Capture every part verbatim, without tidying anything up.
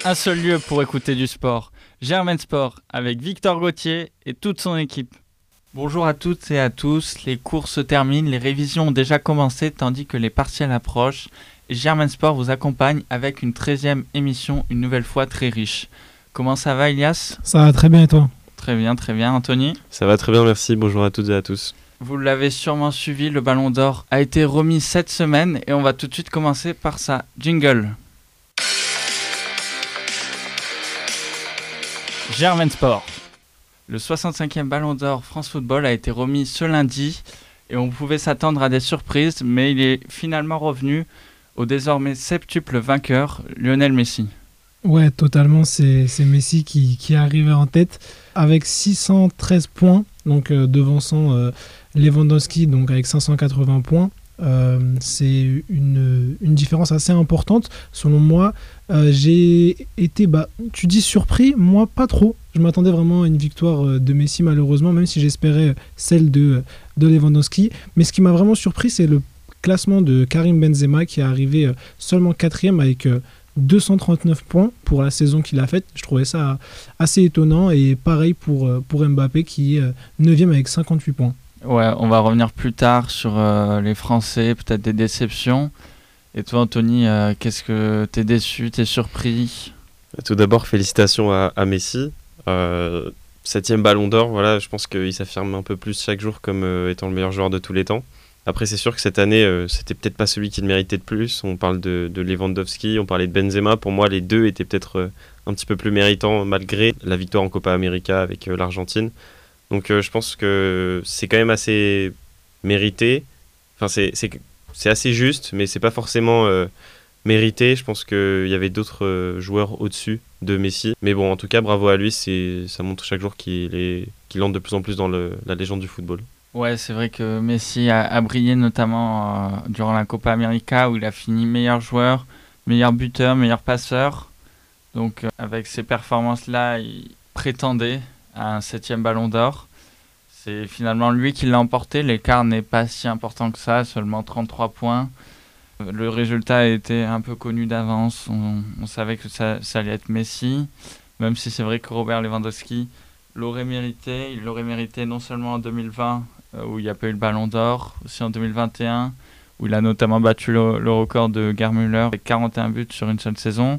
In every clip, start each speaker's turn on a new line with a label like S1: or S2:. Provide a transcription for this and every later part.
S1: Un seul lieu pour écouter du sport, Germain Sport, avec Victor Gauthier et toute son équipe. Bonjour à toutes et à tous, les cours se terminent, les révisions ont déjà commencé tandis que les partiels approchent. Et Germain Sport vous accompagne avec une treizième émission, une nouvelle fois très riche. Comment ça va, Elias ?
S2: Ça va très bien et toi ?
S1: Très bien, très bien. Anthony ?
S3: Ça va très bien, merci. Bonjour à toutes et à tous.
S1: Vous l'avez sûrement suivi, le Ballon d'Or a été remis cette semaine et on va tout de suite commencer par sa jingle. Germain Sport. Le soixante-cinquième Ballon d'Or France Football a été remis ce lundi et on pouvait s'attendre à des surprises, mais il est finalement revenu au désormais septuple vainqueur, Lionel Messi.
S2: Ouais, totalement, c'est, c'est Messi qui, qui est arrivé en tête avec six cent treize points, donc euh, devançant euh, Lewandowski donc avec cinq cent quatre-vingts points. Euh, c'est une, une différence assez importante selon moi. Euh, j'ai été, bah, tu dis surpris, moi pas trop. Je m'attendais vraiment à une victoire de Messi malheureusement, même si j'espérais celle de, de Lewandowski. Mais ce qui m'a vraiment surpris, c'est le classement de Karim Benzema qui est arrivé seulement quatrième avec deux cent trente-neuf points pour la saison qu'il a faite. Je trouvais ça assez étonnant et pareil pour, pour Mbappé qui est neuvième avec cinquante-huit points.
S1: Ouais, on va revenir plus tard sur euh, les Français, peut-être des déceptions. Et toi, Anthony, euh, qu'est-ce que t'es déçu, t'es surpris ?
S3: Tout d'abord, félicitations à, à Messi. Euh, septième Ballon d'Or, voilà, je pense qu'il s'affirme un peu plus chaque jour comme euh, étant le meilleur joueur de tous les temps. Après, c'est sûr que cette année, euh, c'était peut-être pas celui qui le méritait de plus. On parle de, de Lewandowski, on parlait de Benzema. Pour moi, les deux étaient peut-être euh, un petit peu plus méritants malgré la victoire en Copa América avec euh, l'Argentine. Donc euh, je pense que c'est quand même assez mérité. Enfin, c'est, c'est, c'est assez juste, mais c'est pas forcément euh, mérité. Je pense qu'il y avait d'autres euh, joueurs au-dessus de Messi. Mais bon, en tout cas, bravo à lui. C'est, ça montre chaque jour qu'il, est, qu'il entre de plus en plus dans le, la légende du football.
S1: Ouais, c'est vrai que Messi a, a brillé notamment euh, durant la Copa América où il a fini meilleur joueur, meilleur buteur, meilleur passeur. Donc euh, avec ces performances-là, il prétendait à un septième Ballon d'Or. C'est finalement lui qui l'a emporté. L'écart n'est pas si important que ça, seulement trente-trois points. Le résultat était un peu connu d'avance. On, on savait que ça, ça allait être Messi, même si c'est vrai que Robert Lewandowski l'aurait mérité. Il l'aurait mérité non seulement en deux mille vingt, euh, où il n'y a pas eu le Ballon d'Or, aussi en deux mille vingt et un, où il a notamment battu le, le record de Gerd Müller avec quarante et un buts sur une seule saison.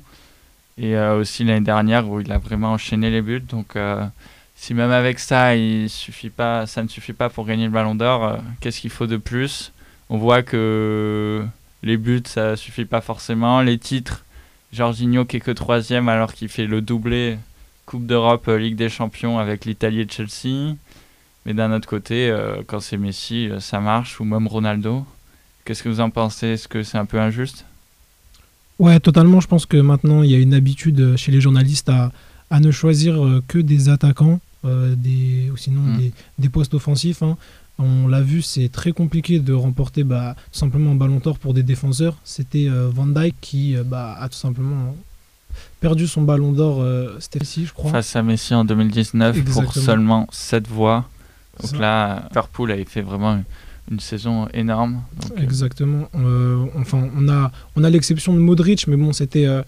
S1: Et euh, aussi l'année dernière, où il a vraiment enchaîné les buts. Donc euh, si même avec ça, il suffit pas, ça ne suffit pas pour gagner le Ballon d'Or, euh, qu'est-ce qu'il faut de plus ? On voit que les buts, ça suffit pas forcément. Les titres, Jorginho qui est que troisième alors qu'il fait le doublé Coupe d'Europe, euh, Ligue des Champions avec l'Italie et Chelsea. Mais d'un autre côté, euh, quand c'est Messi, euh, ça marche, ou même Ronaldo. Qu'est-ce que vous en pensez ? Est-ce que c'est un peu injuste ?
S2: Ouais, totalement. Je pense que maintenant, il y a une habitude chez les journalistes à, à ne choisir que des attaquants, euh, des, ou sinon mmh. des, des postes offensifs. Hein. On l'a vu, c'est très compliqué de remporter bah, tout simplement un Ballon d'Or pour des défenseurs. C'était euh, Van Dijk qui euh, bah, a tout simplement perdu son Ballon d'Or, euh, c'était Messi, je crois.
S1: Face à Messi en deux mille dix-neuf. Exactement. Pour seulement sept voix. Donc
S2: Ça.
S1: là, Liverpool avait fait vraiment une, une saison énorme. Donc,
S2: Exactement. Euh, enfin, on a, on a l'exception de Modric, mais bon, c'était... Euh,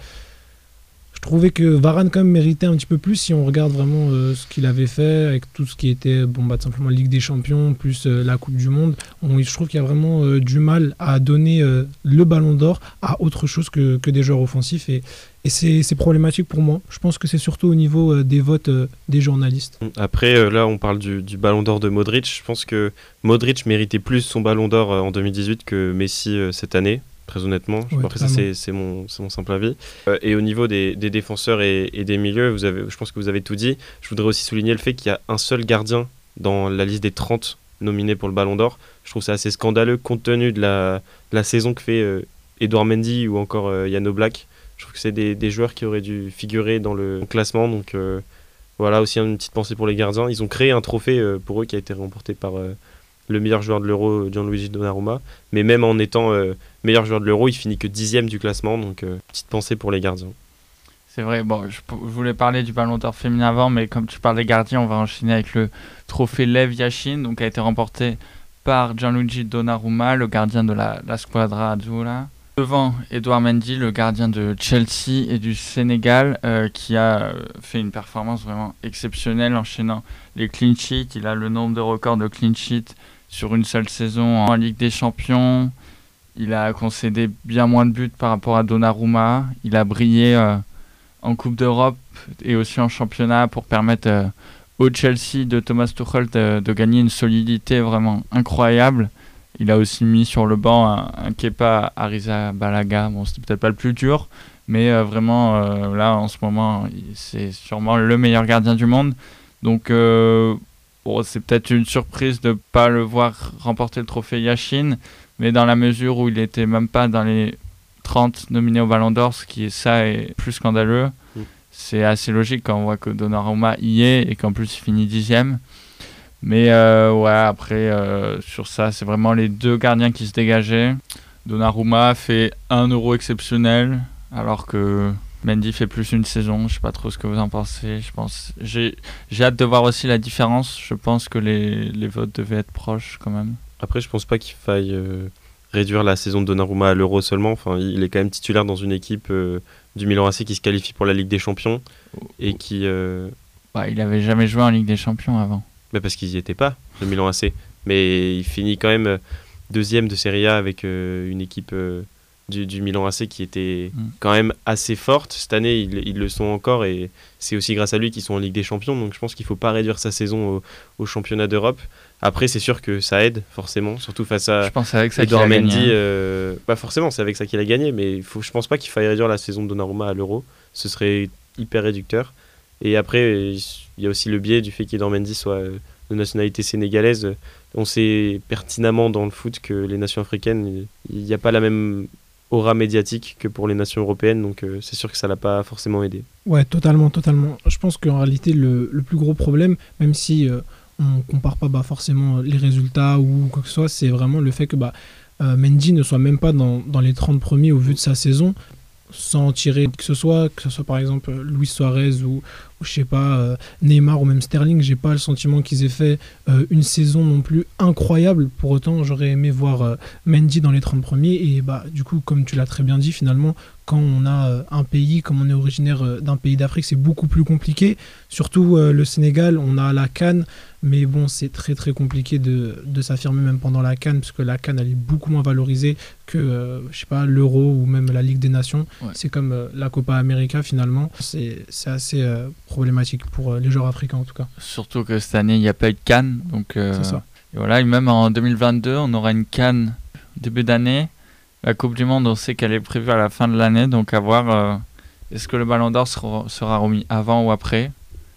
S2: je trouvais que Varane quand même méritait un petit peu plus si on regarde vraiment euh, ce qu'il avait fait avec tout ce qui était bon, bah, tout simplement Ligue des Champions plus euh, la Coupe du Monde. On, je trouve qu'il y a vraiment euh, du mal à donner euh, le Ballon d'Or à autre chose que, que des joueurs offensifs et, et c'est, c'est problématique pour moi. Je pense que c'est surtout au niveau euh, des votes euh, des journalistes.
S3: Après, euh, là, on parle du, du Ballon d'Or de Modric. Je pense que Modric méritait plus son Ballon d'Or euh, en deux mille dix-huit que Messi euh, cette année. Très honnêtement,
S2: ouais,
S3: après ça c'est, c'est, mon, c'est mon simple avis. Euh, et au niveau des, des défenseurs et, et des milieux, vous avez, je pense que vous avez tout dit. Je voudrais aussi souligner le fait qu'il y a un seul gardien dans la liste des trente nominés pour le Ballon d'Or. Je trouve ça assez scandaleux compte tenu de la, de la saison que fait euh, Edouard Mendy ou encore euh, Jan Oblak. Je trouve que c'est des, des joueurs qui auraient dû figurer dans le classement. Donc euh, voilà, aussi une petite pensée pour les gardiens. Ils ont créé un trophée euh, pour eux qui a été remporté par... Euh, le meilleur joueur de l'Euro, Gianluigi Donnarumma. Mais même en étant euh, meilleur joueur de l'Euro, il finit que dixième du classement. Donc, euh, petite pensée pour les gardiens.
S1: C'est vrai, bon, je, je voulais parler du Ballon d'Or féminin avant, mais comme tu parles des gardiens, on va enchaîner avec le trophée Lev Yashin, donc a été remporté par Gianluigi Donnarumma, le gardien de la, la Squadra Azzurra. Devant Edouard Mendy, le gardien de Chelsea et du Sénégal, euh, qui a fait une performance vraiment exceptionnelle, enchaînant les clean sheets. Il a le nombre de records de clean sheets sur une seule saison en Ligue des Champions. Il a concédé bien moins de buts par rapport à Donnarumma. Il a brillé euh, en Coupe d'Europe et aussi en championnat pour permettre euh, au Chelsea de Thomas Tuchel de, de gagner une solidité vraiment incroyable. Il a aussi mis sur le banc un, un Kepa Arrizabalaga. Bon, c'était peut-être pas le plus dur, mais euh, vraiment, euh, là, en ce moment, c'est sûrement le meilleur gardien du monde. Donc, euh, bon, c'est peut-être une surprise de ne pas le voir remporter le trophée Yashin, mais dans la mesure où il n'était même pas dans les trente nominés au Ballon d'Or, ce qui est ça est plus scandaleux. Mm. C'est assez logique quand on voit que Donnarumma y est et qu'en plus il finit dixième. Mais euh, ouais, après, euh, sur ça, c'est vraiment les deux gardiens qui se dégageaient. Donnarumma fait un euro exceptionnel, alors que Mendy fait plus une saison. Je sais pas trop ce que vous en pensez. Je pense, j'ai, j'ai hâte de voir aussi la différence. Je pense que les, les votes devaient être proches quand même.
S3: Après, je pense pas qu'il faille euh, réduire la saison de Donnarumma à l'Euro seulement. Enfin, il est quand même titulaire dans une équipe euh, du Milan A C qui se qualifie pour la Ligue des Champions et qui. Euh...
S1: Bah, il avait jamais joué en Ligue des Champions avant.
S3: Mais parce qu'ils n'y étaient pas, le Milan A C. Mais il finit quand même deuxième de Serie A avec euh, une équipe euh, du, du Milan A C qui était mm. quand même assez forte. Cette année, ils, ils le sont encore et c'est aussi grâce à lui qu'ils sont en Ligue des Champions. Donc je pense qu'il ne faut pas réduire sa saison au, au championnat d'Europe. Après, c'est sûr que ça aide, forcément, surtout face à
S1: je pense avec ça
S3: Edouard
S1: qu'il a
S3: Mendy.
S1: gagné, hein.
S3: euh, bah forcément, c'est avec ça qu'il a gagné, mais faut, je ne pense pas qu'il faille réduire la saison de Donnarumma à l'Euro. Ce serait hyper réducteur. Et après, il y a aussi le biais du fait qu'Edouard Mendy soit de nationalité sénégalaise. On sait pertinemment dans le foot que les nations africaines, il n'y a pas la même aura médiatique que pour les nations européennes, donc euh, c'est sûr que ça ne l'a pas forcément aidé.
S2: Ouais, totalement, totalement. Je pense qu'en réalité, le, le plus gros problème, même si euh, on ne compare pas bah, forcément les résultats ou quoi que ce soit, c'est vraiment le fait que bah, euh, Mendy ne soit même pas dans, dans les trente premiers au vu de sa saison, sans tirer que ce soit, que ce soit par exemple Luis Suarez ou, ou je sais pas, euh, Neymar ou même Sterling. J'ai pas le sentiment qu'ils aient fait euh, une saison non plus incroyable. Pour autant, j'aurais aimé voir euh, Mendy dans les trente premiers. Et bah, du coup, comme tu l'as très bien dit, finalement, quand on a euh, un pays, comme on est originaire euh, d'un pays d'Afrique, c'est beaucoup plus compliqué. Surtout euh, le Sénégal, on a la CAN, mais bon, c'est très très compliqué de, de s'affirmer même pendant la CAN, parce que la CAN, elle est beaucoup moins valorisée que, euh, je sais pas, l'Euro ou même la Ligue des Nations. Ouais. C'est comme euh, la Copa América, finalement. C'est, c'est assez euh, problématique pour euh, les joueurs africains, en tout cas.
S1: Surtout que cette année, il n'y a pas eu de CAN. Donc, euh,
S2: c'est ça.
S1: Et voilà, et même en deux mille vingt-deux, on aura une CAN début d'année. La Coupe du Monde, on sait qu'elle est prévue à la fin de l'année, donc à voir euh, est-ce que le Ballon d'Or sera, sera remis avant ou après.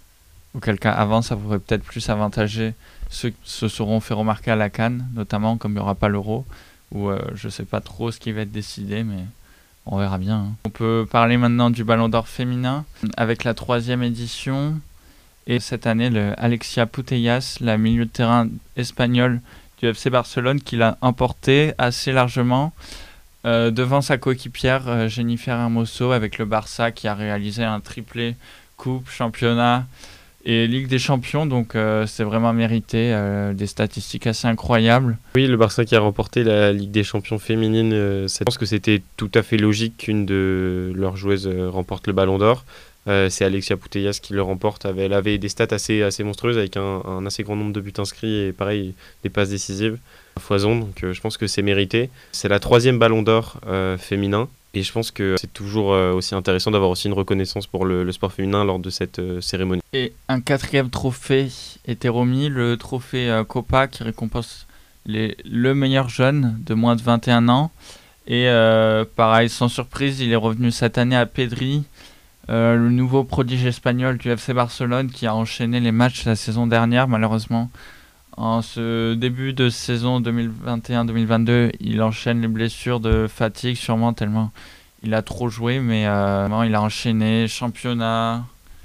S1: Auquel cas, avant, ça pourrait peut-être plus avantager ceux qui se seront fait remarquer à la CAN, notamment comme il n'y aura pas l'Euro, où euh, je ne sais pas trop ce qui va être décidé, mais on verra bien. Hein. On peut parler maintenant du Ballon d'Or féminin, avec la troisième édition, et cette année, le Alexia Putellas, la milieu de terrain espagnole du F C Barcelone, qui l'a emporté assez largement. Euh, devant sa coéquipière euh, Jennifer Hermoso avec le Barça qui a réalisé un triplé coupe, championnat et Ligue des Champions, donc euh, c'est vraiment mérité, euh, des statistiques assez incroyables.
S3: Oui, le Barça qui a remporté la Ligue des Champions féminine, euh, je pense que c'était tout à fait logique qu'une de leurs joueuses euh, remporte le Ballon d'Or. Euh, c'est Alexia Putellas qui le remporte. Elle avait des stats assez, assez monstrueuses avec un, un assez grand nombre de buts inscrits et pareil, des passes décisives à foison. Donc euh, je pense que c'est mérité. C'est la troisième Ballon d'Or euh, féminin. Et je pense que c'est toujours euh, aussi intéressant d'avoir aussi une reconnaissance pour le, le sport féminin lors de cette euh, cérémonie.
S1: Et un quatrième trophée était remis, le trophée euh, Copa qui récompense les, le meilleur jeune de moins de vingt et un ans. Et euh, pareil, sans surprise, il est revenu cette année à Pedri. Euh, le nouveau prodige espagnol du F C Barcelone qui a enchaîné les matchs la saison dernière, malheureusement. En ce début de saison deux mille vingt et un deux mille vingt-deux, il enchaîne les blessures de fatigue, sûrement tellement il a trop joué, mais euh, il a enchaîné championnat,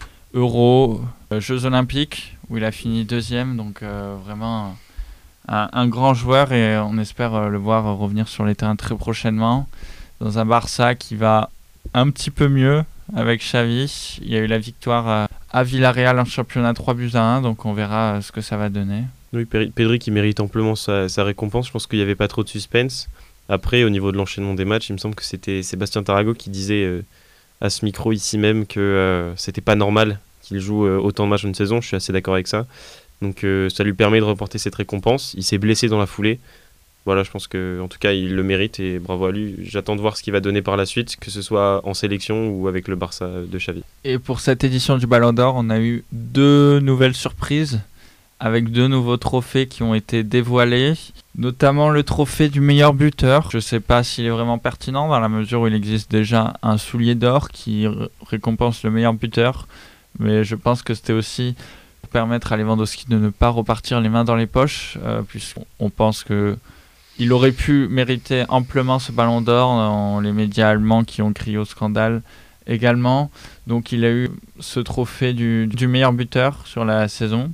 S1: Euro, euh, Jeux Olympiques, où il a fini deuxième, donc euh, vraiment un, un grand joueur et on espère euh, le voir revenir sur les terrains très prochainement, dans un Barça qui va un petit peu mieux avec Xavi. Il y a eu la victoire à Villarreal en championnat trois buts à un, donc on verra ce que ça va donner.
S3: Oui, Pedri qui mérite amplement sa, sa récompense. Je pense qu'il n'y avait pas trop de suspense. Après, au niveau de l'enchaînement des matchs, il me semble que c'était Sébastien Tarago qui disait euh, à ce micro ici même que euh, c'était pas normal qu'il joue euh, autant de matchs en une saison. Je suis assez d'accord avec ça. Donc euh, ça lui permet de remporter cette récompense. Il s'est blessé dans la foulée. Voilà, je pense qu'en tout cas, il le mérite et bravo à lui. J'attends de voir ce qu'il va donner par la suite, que ce soit en sélection ou avec le Barça de Xavi.
S1: Et pour cette édition du Ballon d'Or, on a eu deux nouvelles surprises avec deux nouveaux trophées qui ont été dévoilés, notamment le trophée du meilleur buteur. Je ne sais pas s'il est vraiment pertinent dans la mesure où il existe déjà un soulier d'or qui r- récompense le meilleur buteur, mais je pense que c'était aussi pour permettre à Lewandowski de ne pas repartir les mains dans les poches, euh, puisqu'on pense que il aurait pu mériter amplement ce ballon d'or dans les médias allemands qui ont crié au scandale également. Donc il a eu ce trophée du, du meilleur buteur sur la saison.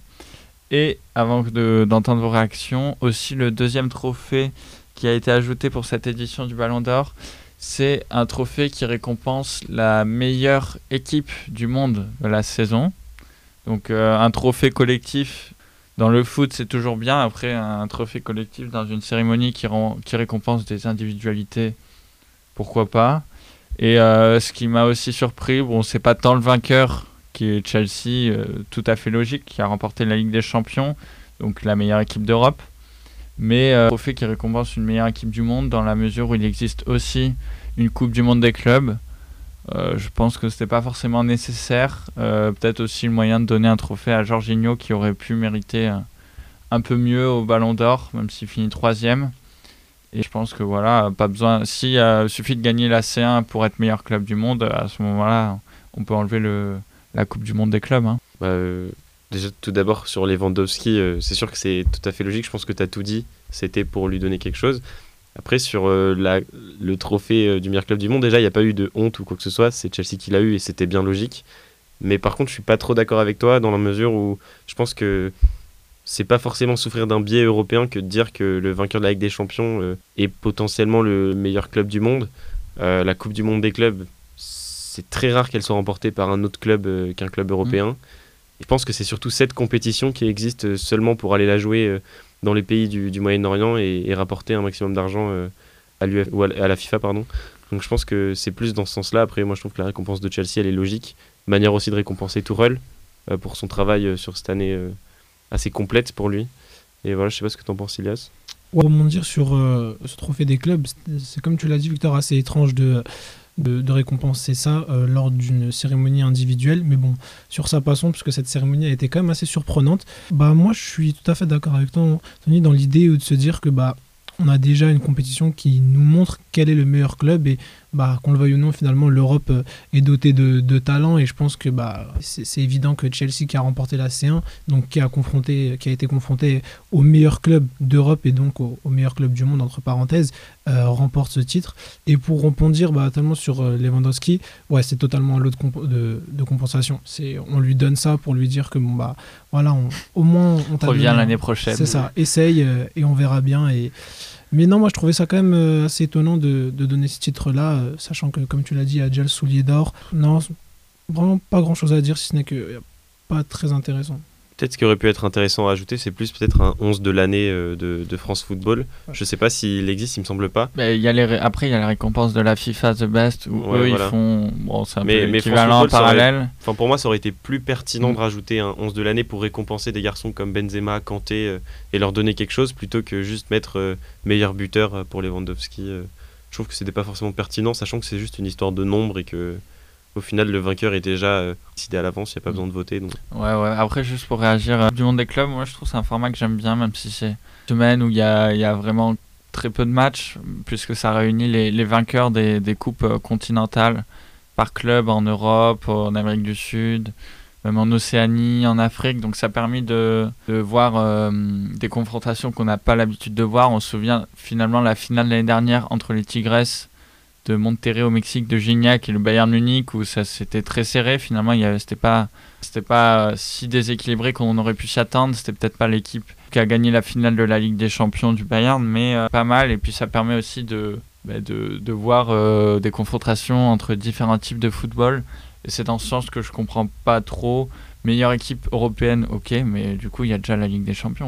S1: Et avant de, d'entendre vos réactions, aussi le deuxième trophée qui a été ajouté pour cette édition du ballon d'or, c'est un trophée qui récompense la meilleure équipe du monde de la saison. Donc euh, un trophée collectif. Dans le foot, c'est toujours bien. Après, un trophée collectif dans une cérémonie qui, rend, qui récompense des individualités, pourquoi pas. Et euh, ce qui m'a aussi surpris, bon, c'est pas tant le vainqueur qui est Chelsea, euh, tout à fait logique, qui a remporté la Ligue des Champions, donc la meilleure équipe d'Europe, mais euh, un trophée qui récompense une meilleure équipe du monde dans la mesure où il existe aussi une Coupe du Monde des clubs. Euh, je pense que c'était pas forcément nécessaire. Euh, peut-être aussi le moyen de donner un trophée à Jorginho qui aurait pu mériter un, un peu mieux au Ballon d'Or, même s'il finit troisième. Et je pense que voilà, pas besoin. Si euh, suffit de gagner la C un pour être meilleur club du monde, à ce moment-là, on peut enlever le, la Coupe du Monde des clubs. Hein.
S3: Bah, euh, déjà, tout d'abord sur Lewandowski, euh, c'est sûr que c'est tout à fait logique. Je pense que tu as tout dit. C'était pour lui donner quelque chose. Après, sur euh, la, le trophée euh, du meilleur club du monde, déjà, il n'y a pas eu de honte ou quoi que ce soit. C'est Chelsea qui l'a eu et c'était bien logique. Mais par contre, je suis pas trop d'accord avec toi dans la mesure où je pense que c'est pas forcément souffrir d'un biais européen que de dire que le vainqueur de la Ligue des Champions euh, est potentiellement le meilleur club du monde. Euh, la Coupe du Monde des clubs, c'est très rare qu'elle soit remportée par un autre club euh, qu'un club européen. Mmh. Je pense que c'est surtout cette compétition qui existe seulement pour aller la jouer euh, dans les pays du, du Moyen-Orient et, et rapporter un maximum d'argent euh, à, l'U F, ou à, à la FIFA. Pardon. Donc je pense que c'est plus dans ce sens-là. Après, moi je trouve que la récompense de Chelsea, elle est logique. Manière aussi de récompenser Tuchel euh, pour son travail euh, sur cette année euh, assez complète pour lui. Et voilà, je sais pas ce que tu en penses, Ilias.
S2: Pour rebondir sur euh, ce trophée des clubs, c'est, c'est comme tu l'as dit, Victor, assez étrange de, de, de récompenser ça euh, lors d'une cérémonie individuelle. Mais bon, sur ça passons, puisque cette cérémonie a été quand même assez surprenante. Bah, moi, je suis tout à fait d'accord avec toi, Tony, dans l'idée de se dire que bah, on a déjà une compétition qui nous montre quel est le meilleur club et bah, qu'on le veuille ou non, finalement, l'Europe est dotée de, de talent et je pense que bah, c'est, c'est évident que Chelsea qui a remporté la C un, donc qui a, confronté, qui a été confronté au meilleur club d'Europe et donc au, au meilleur club du monde, entre parenthèses, euh, remporte ce titre. Et pour rebondir bah, tellement sur euh, Lewandowski, ouais, c'est totalement un lot de, comp- de, de compensation. C'est, on lui donne ça pour lui dire que bon, bah, voilà, on, au moins on t'a
S1: revient
S2: donné,
S1: l'année prochaine.
S2: C'est ça, essaye euh, et on verra bien. Et mais non, moi je trouvais ça quand même euh, assez étonnant de, de donner ce titre-là, euh, sachant que, comme tu l'as dit, il y a déjà le soulier d'or. Non, vraiment pas grand-chose à dire, si ce n'est que euh, pas très intéressant.
S3: Peut-être ce qui aurait pu être intéressant à ajouter, c'est plus peut-être un onze de l'année euh, de, de France Football. Ouais. Je sais pas s'il existe, il me semble pas.
S1: Bah, y a les ré... Après, il y a les récompenses de la FIFA The Best, où ouais, eux, voilà. Ils font... Bon, c'est un mais, peu mais équivalent en parallèle.
S3: Aurait... Enfin, pour moi, ça aurait été plus pertinent mmh. de rajouter un onze de l'année pour récompenser des garçons comme Benzema, Kanté, euh, et leur donner quelque chose, plutôt que juste mettre euh, meilleur buteur pour Lewandowski. Euh. Je trouve que c'était pas forcément pertinent, sachant que c'est juste une histoire de nombre et que... Au final, le vainqueur est déjà euh, décidé à l'avance, il n'y a pas besoin de voter. Donc.
S1: Ouais, ouais. Après, juste pour réagir euh, du monde des clubs, moi je trouve que c'est un format que j'aime bien, même si c'est une semaine où il y a, y a vraiment très peu de matchs, puisque ça réunit les, les vainqueurs des, des coupes euh, continentales par club en Europe, en Amérique du Sud, même en Océanie, en Afrique. Donc ça a permis de, de voir euh, des confrontations qu'on n'a pas l'habitude de voir. On se souvient finalement la finale de l'année dernière entre les Tigresses de Monterrey au Mexique, de Gignac et le Bayern Munich, où ça c'était très serré. Finalement, il y avait, c'était pas, c'était pas si déséquilibré qu'on aurait pu s'y attendre. C'était peut-être pas l'équipe qui a gagné la finale de la Ligue des Champions du Bayern, mais euh, pas mal. Et puis ça permet aussi de, bah, de, de voir euh, des confrontations entre différents types de football. Et c'est dans ce sens que je comprends pas trop. Meilleure équipe européenne, ok, mais du coup, il y a déjà la Ligue des Champions, quoi.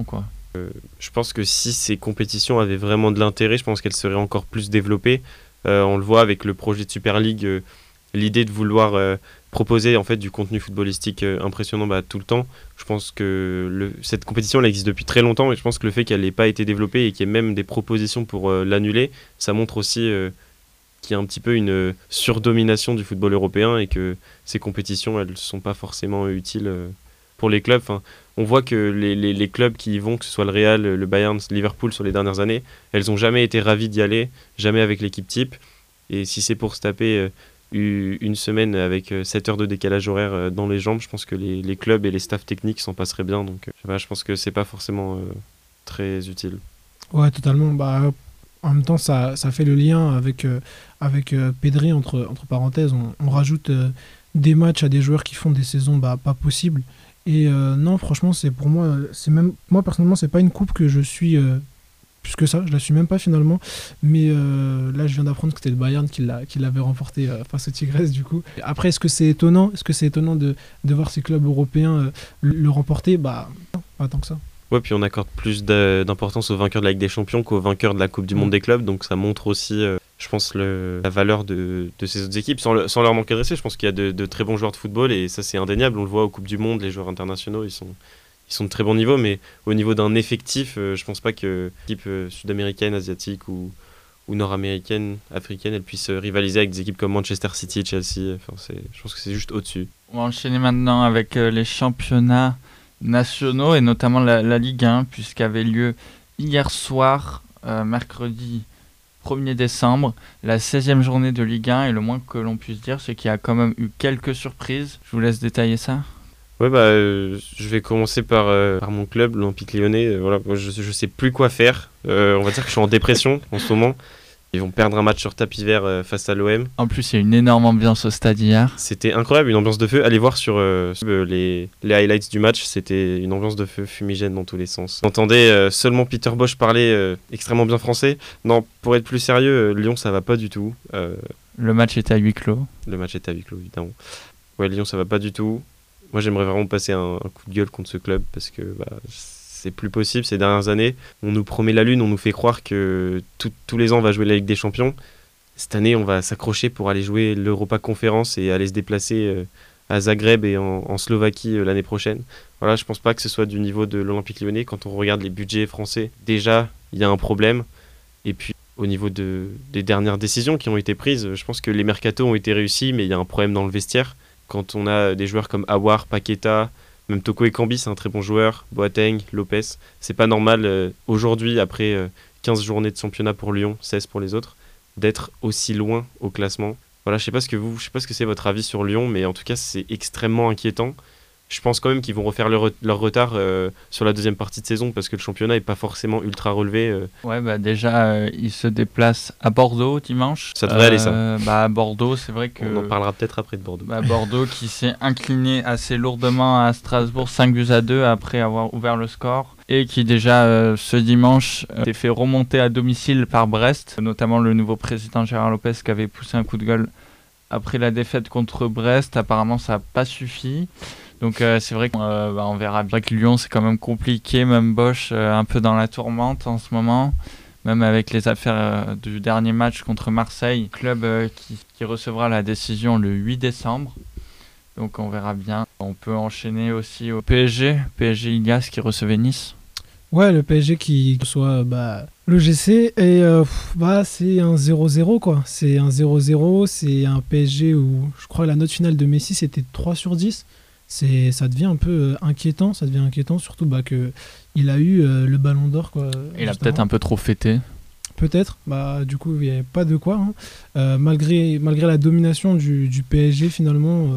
S3: Euh, je pense que si ces compétitions avaient vraiment de l'intérêt, je pense qu'elles seraient encore plus développées. Euh, on le voit avec le projet de Super League, euh, l'idée de vouloir euh, proposer en fait du contenu footballistique euh, impressionnant bah, tout le temps. Je pense que le, cette compétition elle existe depuis très longtemps et je pense que le fait qu'elle n'ait pas été développée et qu'il y ait même des propositions pour euh, l'annuler, ça montre aussi euh, qu'il y a un petit peu une euh, surdomination du football européen et que ces compétitions elles ne sont pas forcément utiles euh, pour les clubs. Enfin, on voit que les, les, les clubs qui y vont, que ce soit le Real, le Bayern, Liverpool sur les dernières années, elles n'ont jamais été ravies d'y aller, jamais avec l'équipe type. Et si c'est pour se taper euh, une semaine avec sept heures de décalage horaire dans les jambes, je pense que les, les clubs et les staffs techniques s'en passeraient bien. Donc euh, je pense que c'est pas forcément euh, très utile.
S2: Ouais, totalement. Bah, en même temps, ça, ça fait le lien avec, euh, avec euh, Pedri, entre, entre parenthèses. On, on rajoute euh, des matchs à des joueurs qui font des saisons bah, pas possibles. Et euh, non, franchement, c'est pour moi, c'est même, moi personnellement, c'est pas une coupe que je suis... Euh, plus que ça, je la suis même pas finalement, mais euh, là je viens d'apprendre que c'était le Bayern qui, l'a, qui l'avait remporté euh, face au Tigres du coup. Après, est-ce que c'est étonnant Est-ce que c'est étonnant de, de voir ces clubs européens euh, le, le remporter Bah, non, pas tant que ça.
S3: Ouais, puis on accorde plus d'importance aux vainqueurs de la Ligue des Champions qu'aux vainqueurs de la Coupe du Monde mmh. des clubs, donc ça montre aussi, euh, je pense, le, la valeur de, de ces autres équipes, sans, le, sans leur manquer de respect. Je pense qu'il y a de, de très bons joueurs de football et ça c'est indéniable, on le voit aux Coupes du Monde, les joueurs internationaux, ils sont... Ils sont de très bon niveau, mais au niveau d'un effectif, euh, je pense pas que l'équipe euh, sud-américaine, asiatique ou, ou nord-américaine, africaine, elle puisse euh, rivaliser avec des équipes comme Manchester City et Chelsea. Enfin, c'est, je pense que c'est juste au-dessus.
S1: On va enchaîner maintenant avec euh, les championnats nationaux et notamment la, la Ligue un, puisqu'avait lieu hier soir, euh, mercredi premier décembre, la seizième journée de Ligue un, et le moins que l'on puisse dire, c'est qu'il y a quand même eu quelques surprises. Je vous laisse détailler ça.
S3: Ouais, bah, euh, je vais commencer par, euh, par mon club, l'Olympique Lyonnais. Euh, voilà, je, je sais plus quoi faire. Euh, on va dire que je suis en dépression en ce moment. Ils vont perdre un match sur tapis vert euh, face à l'O M.
S1: En plus, il y a une énorme ambiance au stade hier.
S3: C'était incroyable, une ambiance de feu. Allez voir sur, euh, sur euh, les, les highlights du match. C'était une ambiance de feu fumigène dans tous les sens. On entendait euh, seulement Peter Bosz parler euh, extrêmement bien français. Non, pour être plus sérieux, euh, Lyon, ça va pas du tout. Euh,
S1: le match était à huis clos.
S3: Le match était à huis clos, évidemment. Ouais, Lyon, ça va pas du tout. Moi, j'aimerais vraiment passer un, un coup de gueule contre ce club parce que bah, c'est plus possible ces dernières années. On nous promet la lune, on nous fait croire que tout, tous les ans, on va jouer la Ligue des Champions. Cette année, on va s'accrocher pour aller jouer l'Europa Conférence et aller se déplacer euh, à Zagreb et en, en Slovaquie euh, l'année prochaine. Voilà, je pense pas que ce soit du niveau de l'Olympique Lyonnais. Quand on regarde les budgets français, déjà, il y a un problème. Et puis, au niveau de, des dernières décisions qui ont été prises, je pense que les mercatos ont été réussis, mais il y a un problème dans le vestiaire. Quand on a des joueurs comme Aouar, Paqueta, même Toko Ekambi, c'est un très bon joueur, Boateng, Lopez, c'est pas normal euh, aujourd'hui, après euh, quinze journées de championnat pour Lyon, seize pour les autres, d'être aussi loin au classement. Voilà, je sais pas ce que vous, je sais pas ce que c'est votre avis sur Lyon, mais en tout cas c'est extrêmement inquiétant. Je pense quand même qu'ils vont refaire leur, leur retard euh, sur la deuxième partie de saison parce que le championnat n'est pas forcément ultra relevé. Euh.
S1: Ouais, bah déjà, euh, ils se déplacent à Bordeaux dimanche.
S3: Ça devrait euh, aller, ça.
S1: Bah, à Bordeaux, c'est vrai que...
S3: On en parlera peut-être après de Bordeaux.
S1: Bah, Bordeaux qui s'est incliné assez lourdement à Strasbourg, cinq buts à deux après avoir ouvert le score. Et qui déjà, euh, ce dimanche, euh, s'est fait remonter à domicile par Brest. Notamment le nouveau président Gérard Lopez qui avait poussé un coup de gueule après la défaite contre Brest. Apparemment, ça n'a pas suffi. Donc euh, c'est vrai qu'on euh, bah, on verra bien que Lyon c'est quand même compliqué, même Bosch euh, un peu dans la tourmente en ce moment, même avec les affaires euh, du dernier match contre Marseille, club euh, qui, qui recevra la décision le huit décembre. Donc on verra bien. On peut enchaîner aussi au P S G, P S G Ilias qui recevait Nice.
S2: Ouais, le P S G qui reçoit bah, l'O G C et euh, bah, c'est un zéro zéro quoi. C'est un zéro zéro, c'est un P S G où je crois que la note finale de Messi c'était trois sur dix. C'est, ça devient un peu inquiétant, ça devient inquiétant, surtout bah, qu'il a eu euh, le ballon d'or. Quoi,
S1: il a peut-être avant. un peu trop fêté.
S2: Peut-être, bah, du coup il n'y avait pas de quoi. Hein. Euh, malgré, malgré la domination du, du P S G finalement, euh,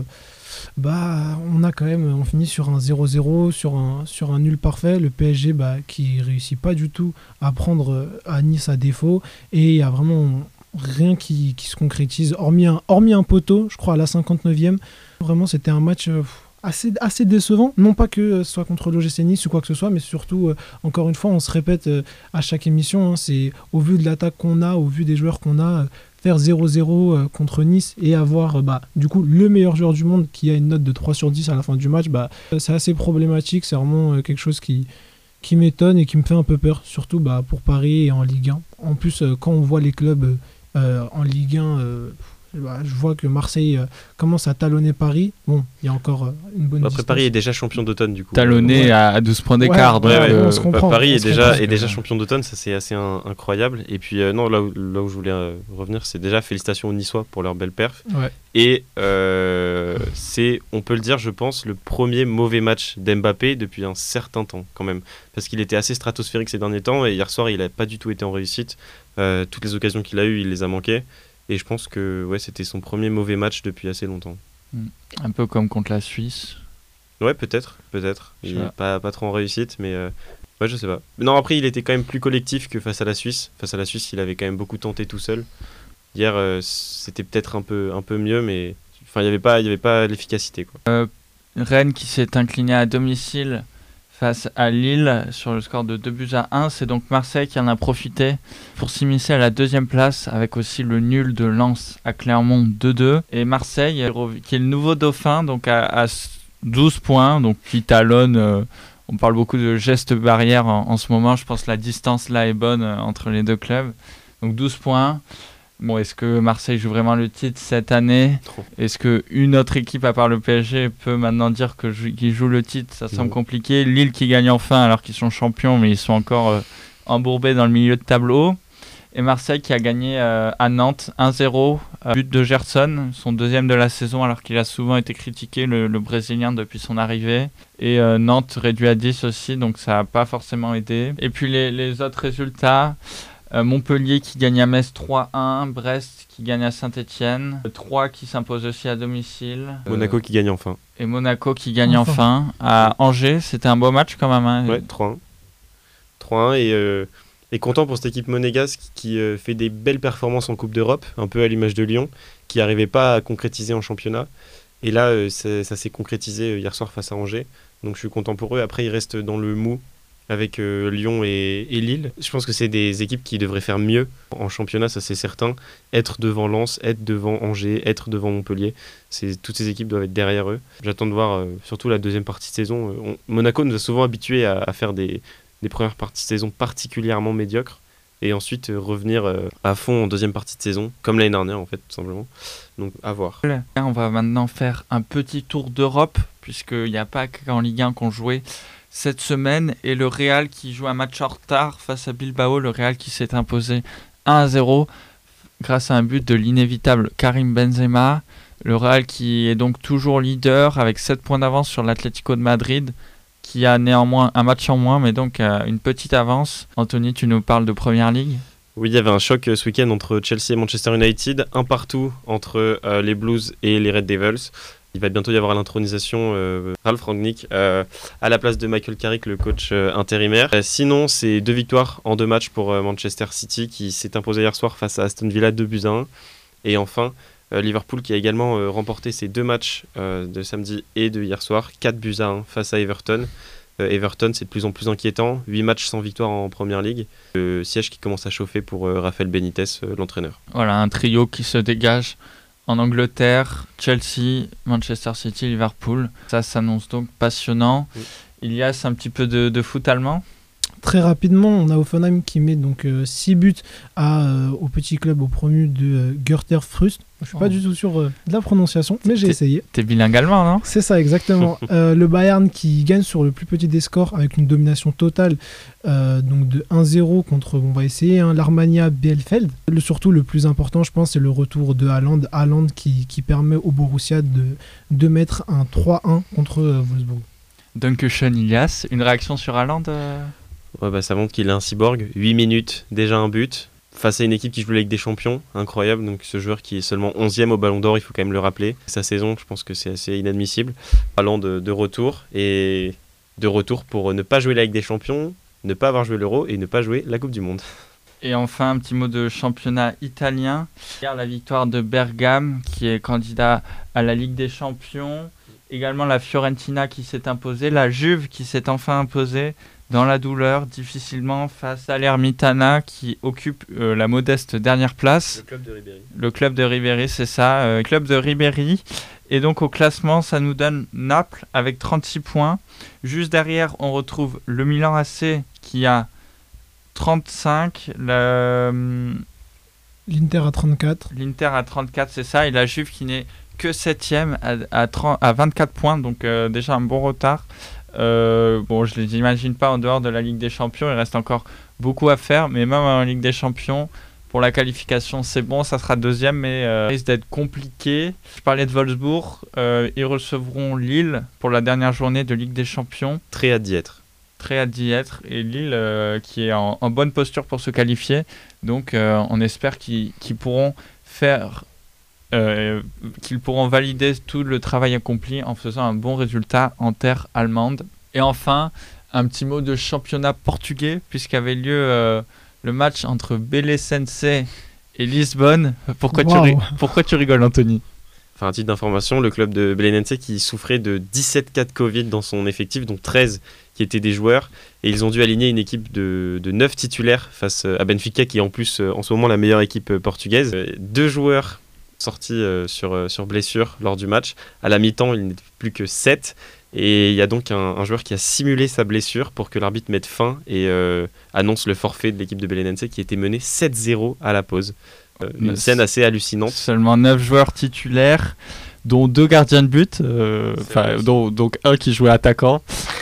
S2: bah, on a quand même, on finit sur un zéro zéro, sur un, sur un nul parfait. Le P S G bah, qui ne réussit pas du tout à prendre à Nice à défaut et il y a vraiment rien qui, qui se concrétise, hormis un, hormis un poteau, je crois à la cinquante-neuvième. Vraiment c'était un match... Euh, Assez, assez décevant, non pas que ce soit contre l'O G C Nice ou quoi que ce soit, mais surtout, euh, encore une fois, on se répète euh, à chaque émission, hein, c'est au vu de l'attaque qu'on a, au vu des joueurs qu'on a, euh, faire zéro zéro euh, contre Nice et avoir euh, bah, du coup le meilleur joueur du monde qui a une note de trois sur dix à la fin du match, bah, c'est assez problématique, c'est vraiment euh, quelque chose qui, qui m'étonne et qui me fait un peu peur, surtout bah, pour Paris et en Ligue un. En plus, euh, quand on voit les clubs euh, en Ligue un, euh, bah, je vois que Marseille euh, commence à talonner Paris. Bon, il y a encore euh, une bonne
S3: Après,
S2: distance.
S3: Paris est déjà champion d'automne, du coup.
S1: Talonné
S2: Ouais.
S1: à douze points d'écart.
S2: Ouais,
S1: donc,
S2: ouais,
S1: euh,
S2: on se comprend.
S3: Paris
S2: on
S3: est
S2: se
S3: déjà,
S2: comprend.
S3: est déjà champion d'automne, ça c'est assez un- incroyable. Et puis, euh, non, là où, là où je voulais euh, revenir, c'est déjà félicitations aux Niçois pour leur belle perf.
S2: Ouais.
S3: Et euh, c'est, on peut le dire, je pense, le premier mauvais match d'Mbappé depuis un certain temps, quand même. Parce qu'il était assez stratosphérique ces derniers temps, et hier soir, il n'a pas du tout été en réussite. Euh, toutes les occasions qu'il a eues, il les a manquées. Et je pense que ouais, c'était son premier mauvais match depuis assez longtemps.
S1: un peu comme contre la Suisse.
S3: Ouais, peut-être, peut-être.
S1: Je
S3: Il
S1: sais
S3: n'est
S1: pas.
S3: pas, pas trop en réussite, mais euh, ouais, je sais pas. Non, après, il était quand même plus collectif que face à la Suisse. Face à la Suisse, il avait quand même beaucoup tenté tout seul. Hier, euh, c'était peut-être un peu, un peu mieux, mais enfin, il n'y avait pas, il y avait pas l'efficacité, quoi.
S1: Rennes qui s'est incliné à domicile face à Lille sur le score de deux buts à un. C'est donc Marseille qui en a profité pour s'immiscer à la deuxième place avec aussi le nul de Lens à Clermont deux deux. Et Marseille qui est le nouveau dauphin donc à, à douze points, donc qui talonne. Euh, on parle beaucoup de gestes barrières en, en ce moment. Je pense que la distance là est bonne euh, entre les deux clubs. Donc douze points. Bon, est-ce que Marseille joue vraiment le titre cette année ?
S3: Trop.
S1: Est-ce qu'une autre équipe, à part le P S G, peut maintenant dire que jou- qu'ils jouent le titre ? Ça semble
S3: Non.
S1: compliqué. Lille qui gagne enfin alors qu'ils sont champions, mais ils sont encore euh, embourbés dans le milieu de tableau. Et Marseille qui a gagné euh, à Nantes un zéro, euh, but de Gerson, son deuxième de la saison, alors qu'il a souvent été critiqué, le, le Brésilien, depuis son arrivée. Et euh, Nantes réduit à dix aussi, donc ça n'a pas forcément aidé. Et puis les, les autres résultats... Euh, Montpellier qui gagne à Metz trois un, Brest qui gagne à Saint-Etienne, Troyes qui s'impose aussi à domicile.
S3: Monaco
S1: Euh,
S3: qui gagne enfin.
S1: et Monaco qui gagne
S2: Enfin.
S1: enfin, à Angers. C'était un beau match quand même. Hein.
S3: Ouais, trois un. trois un et, euh, et content pour cette équipe monégasque qui euh, fait des belles performances en Coupe d'Europe, un peu à l'image de Lyon, qui n'arrivait pas à concrétiser en championnat. Et là, euh, ça, ça s'est concrétisé hier soir face à Angers. Donc je suis content pour eux. Après, ils restent dans le mou avec euh, Lyon et, et Lille. Je pense que c'est des équipes qui devraient faire mieux en championnat, ça c'est certain. Être devant Lens, être devant Angers, être devant Montpellier, c'est, toutes ces équipes doivent être derrière eux. J'attends de voir euh, surtout la deuxième partie de saison. Euh, on- Monaco nous a souvent habitués à, à faire des, des premières parties de saison particulièrement médiocres et ensuite euh, revenir euh, à fond en deuxième partie de saison, comme l'année dernière en fait, tout simplement. Donc à voir.
S1: On va maintenant faire un petit tour d'Europe, puisqu'il n'y a pas qu'en Ligue un qu'on jouait cette semaine. Et le Real qui joue un match en retard face à Bilbao, le Real qui s'est imposé un à zéro grâce à un but de l'inévitable Karim Benzema. Le Real qui est donc toujours leader avec sept points d'avance sur l'Atlético de Madrid, qui a néanmoins un match en moins, mais donc euh, une petite avance. Anthony, tu nous parles de Première Ligue ?
S3: Oui, il y avait un choc euh, ce week-end entre Chelsea et Manchester United, un partout entre euh, les Blues et les Red Devils. Il va bientôt y avoir l'intronisation euh, Ralph Rangnick euh, à la place de Michael Carrick, le coach euh, intérimaire. Euh, sinon, c'est deux victoires en deux matchs pour euh, Manchester City qui s'est imposé hier soir face à Aston Villa deux buts à un. Et enfin, euh, Liverpool qui a également euh, remporté ses deux matchs euh, de samedi et de hier soir, quatre buts à un face à Everton. Euh, Everton, c'est de plus en plus inquiétant, huit matchs sans victoire en Première Ligue. Le siège qui commence à chauffer pour euh, Rafael Benitez, euh, l'entraîneur.
S1: Voilà, un trio qui se dégage en Angleterre, Chelsea, Manchester City, Liverpool. Ça s'annonce donc passionnant.
S3: Oui.
S1: Ilias, un petit peu de, de foot allemand ?
S2: Très rapidement, on a Hoffenheim qui met donc six buts à, euh, au petit club au promu de euh, Görter Frust. Je suis pas
S1: Oh.
S2: du tout sûr euh, de la prononciation, mais j'ai
S1: T'es-
S2: essayé.
S1: T'es bilingue allemand, non ?
S2: C'est ça, exactement. Euh, le Bayern qui gagne sur le plus petit des scores avec une domination totale euh, donc de un zéro contre, on va essayer, hein, l'Armania Bielefeld. Le, surtout, le plus important, je pense, c'est le retour de Haaland. Haaland qui, qui permet au Borussia de, de mettre un trois un contre euh, Wolfsburg.
S1: Dankeschön, Ilias. Une réaction sur Haaland euh
S3: Ouais, bah, ça montre qu'il est un cyborg. huit minutes, déjà un but. Face à une équipe qui joue la Ligue des Champions, incroyable. Donc ce joueur qui est seulement onzième au Ballon d'Or, il faut quand même le rappeler. Sa saison, je pense que c'est assez inadmissible. Parlant de, de retour, et de retour pour ne pas jouer la Ligue des Champions, ne pas avoir joué l'Euro et ne pas jouer la Coupe du Monde.
S1: Et enfin, un petit mot de championnat italien. Hier, la victoire de Bergame, qui est candidat à la Ligue des Champions. Également la Fiorentina qui s'est imposée. La Juve qui s'est enfin imposée dans la douleur, difficilement, face à l'Ermitana qui occupe euh, la modeste dernière place.
S3: club de Ribéry.
S1: Le club de Ribéry, c'est ça. Euh, club de Ribéry Et donc au classement, ça nous donne Naples avec trente-six points. Juste derrière, on retrouve le Milan A C qui a trente-cinq. Le...
S2: L'Inter à trente-quatre.
S1: L'Inter à trente-quatre, c'est ça. Et la Juve qui n'est que septième à, à, trente, à vingt-quatre points. Donc euh, déjà un bon retard. Euh, bon, je ne les imagine pas en dehors de la Ligue des Champions. Il reste encore beaucoup à faire. Mais même en Ligue des Champions, pour la qualification, c'est bon. Ça sera deuxième, mais euh, ça risque d'être compliqué. Je parlais de Wolfsburg. Euh, ils recevront Lille pour la dernière journée de Ligue des Champions.
S3: Très hâte d'y être.
S1: Très hâte d'y être. Et Lille euh, qui est en, en bonne posture pour se qualifier. Donc euh, on espère qu'ils, qu'ils pourront faire... Euh, qu'ils pourront valider tout le travail accompli en faisant un bon résultat en terre allemande. Et enfin, un petit mot de championnat portugais, puisqu'avait lieu euh, le match entre Belenenses et Lisbonne. Pourquoi, wow. tu ri- Pourquoi tu rigoles, Anthony ?
S3: Enfin, un titre d'information, le club de Belenenses qui souffrait de dix-sept cas de Covid dans son effectif, dont treize qui étaient des joueurs. Et ils ont dû aligner une équipe de, de neuf titulaires face à Benfica, qui est en plus en ce moment la meilleure équipe portugaise. Deux joueurs sorti euh, sur, euh, sur blessure lors du match. À la mi-temps, il n'était plus que sept. Et il y a donc un, un joueur qui a simulé sa blessure pour que l'arbitre mette fin et euh, annonce le forfait de l'équipe de Belenenses qui était menée sept zéro à la pause. Euh, une scène assez hallucinante.
S1: Seulement neuf joueurs titulaires, dont deux gardiens de but, euh, dont, donc un qui jouait attaquant.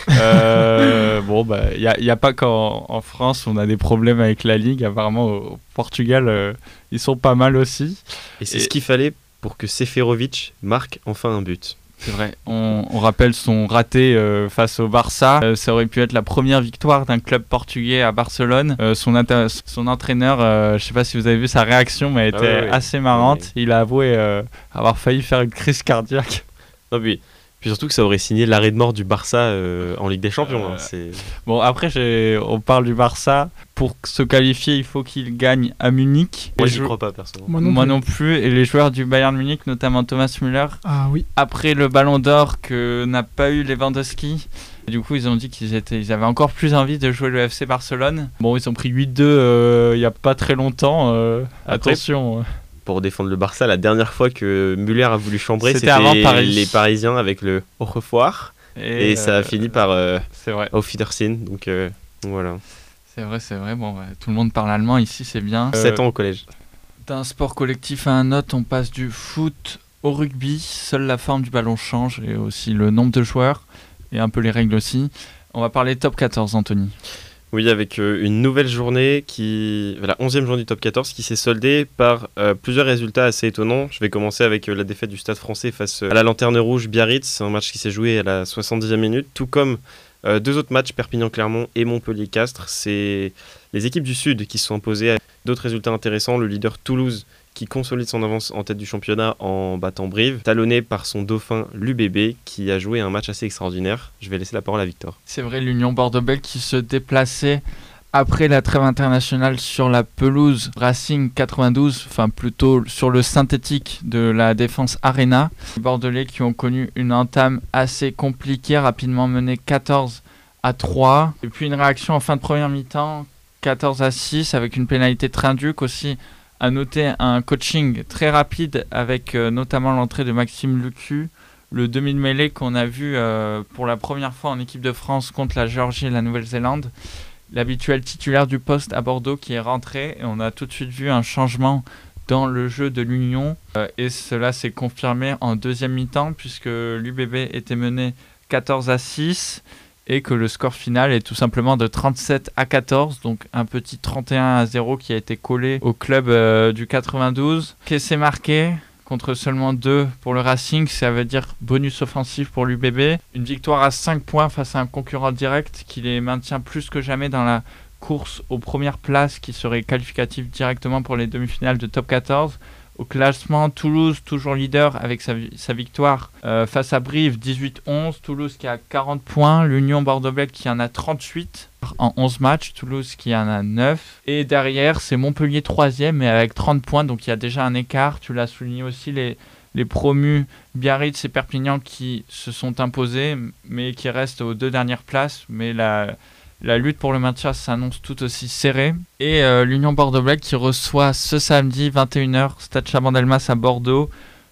S1: euh, bon, bah, il n'y a, y a pas qu'en en France, on a des problèmes avec la Ligue. Apparemment, au Portugal, euh, ils sont pas mal aussi.
S3: Et c'est Et... ce qu'il fallait pour que Seferovic marque enfin un but.
S1: C'est vrai. On, on rappelle son raté euh, face au Barça. Euh, ça aurait pu être la première victoire d'un club portugais à Barcelone. Euh, son, inter- son entraîneur, euh, je ne sais pas si vous avez vu sa réaction, mais elle était ah, oui, oui. assez marrante. Oui. Il a avoué euh, avoir failli faire une crise cardiaque.
S3: Non, puis, puis surtout que ça aurait signé l'arrêt de mort du Barça euh, en Ligue des Champions. Euh, hein, c'est...
S1: Bon, après, j'ai... on parle du Barça. Pour se qualifier, il faut qu'il gagne à Munich.
S3: Moi, je n'y crois pas, personnellement.
S1: Moi, non, Moi non plus. Et les joueurs du Bayern Munich, notamment Thomas Müller,
S2: ah, oui.
S1: après le Ballon d'Or que n'a pas eu Lewandowski, du coup, ils ont dit qu'ils étaient, ils avaient encore plus envie de jouer le F C Barcelone. Bon, ils ont pris huit deux euh, il n'y a pas très longtemps. Euh, après, attention.
S3: Pour défendre le Barça, la dernière fois que Müller a voulu chambrer, c'était,
S1: c'était Paris.
S3: les Parisiens avec le au revoir. Et, et ça euh, a fini par euh,
S1: c'est vrai.
S3: Auf Wiedersehen. Donc euh, voilà.
S1: C'est vrai, c'est vrai. Bon, bah, tout le monde parle allemand ici, c'est bien.
S3: sept euh, ans au collège.
S1: D'un sport collectif à un autre, on passe du foot au rugby. Seule la forme du ballon change et aussi le nombre de joueurs et un peu les règles aussi. On va parler top quatorze, Anthony.
S3: Oui, avec euh, une nouvelle journée, qui, la onzième journée du top quatorze, qui s'est soldée par euh, plusieurs résultats assez étonnants. Je vais commencer avec euh, la défaite du Stade français face à la Lanterne Rouge Biarritz. C'est un match qui s'est joué à la soixante-dixième minute, tout comme euh, deux autres matchs, Perpignan-Clermont et Montpellier-Castres. C'est les équipes du Sud qui se sont imposées avec d'autres résultats intéressants. Le leader Toulouse qui consolide son avance en tête du championnat en battant Brive, talonné par son dauphin l'U B B qui a joué un match assez extraordinaire. Je vais laisser la parole à Victor.
S1: C'est vrai, l'Union Bordeaux-Bègles qui se déplaçait après la trêve internationale sur la pelouse Racing quatre-vingt-douze, enfin plutôt sur le synthétique de la Défense Arena. Les Bordelais qui ont connu une entame assez compliquée, rapidement menée quatorze à trois. Et puis une réaction en fin de première mi-temps, quatorze à six, avec une pénalité Trinduc aussi. À noter un coaching très rapide avec euh, notamment l'entrée de Maxime Lucu, le demi de mêlée qu'on a vu euh, pour la première fois en équipe de France contre la Géorgie et la Nouvelle-Zélande. L'habituel titulaire du poste à Bordeaux qui est rentré et on a tout de suite vu un changement dans le jeu de l'Union euh, et cela s'est confirmé en deuxième mi-temps puisque l'U B B était mené quatorze à six. Et que le score final est tout simplement de trente-sept à quatorze, donc un petit trente et un à zéro qui a été collé au club euh, du quatre-vingt-douze. Qu'est-ce marqué contre seulement deux pour le Racing, ça veut dire bonus offensif pour l'U B B. Une victoire à cinq points face à un concurrent direct qui les maintient plus que jamais dans la course aux premières places qui serait qualificative directement pour les demi-finales de top quatorze. Au classement, Toulouse, toujours leader avec sa, sa victoire euh, face à Brive, dix-huit onze. Toulouse qui a quarante points. L'Union Bordeaux-Bègles qui en a trente-huit en onze matchs. Toulouse qui en a neuf. Et derrière, c'est Montpellier troisième, mais avec trente points. Donc il y a déjà un écart. Tu l'as souligné aussi, les, les promus Biarritz et Perpignan qui se sont imposés, mais qui restent aux deux dernières places. Mais la... La lutte pour le maintien s'annonce tout aussi serrée. Et euh, l'Union Bordeaux-Bègles qui reçoit ce samedi vingt et une heures Stade Chaban-Delmas à Bordeaux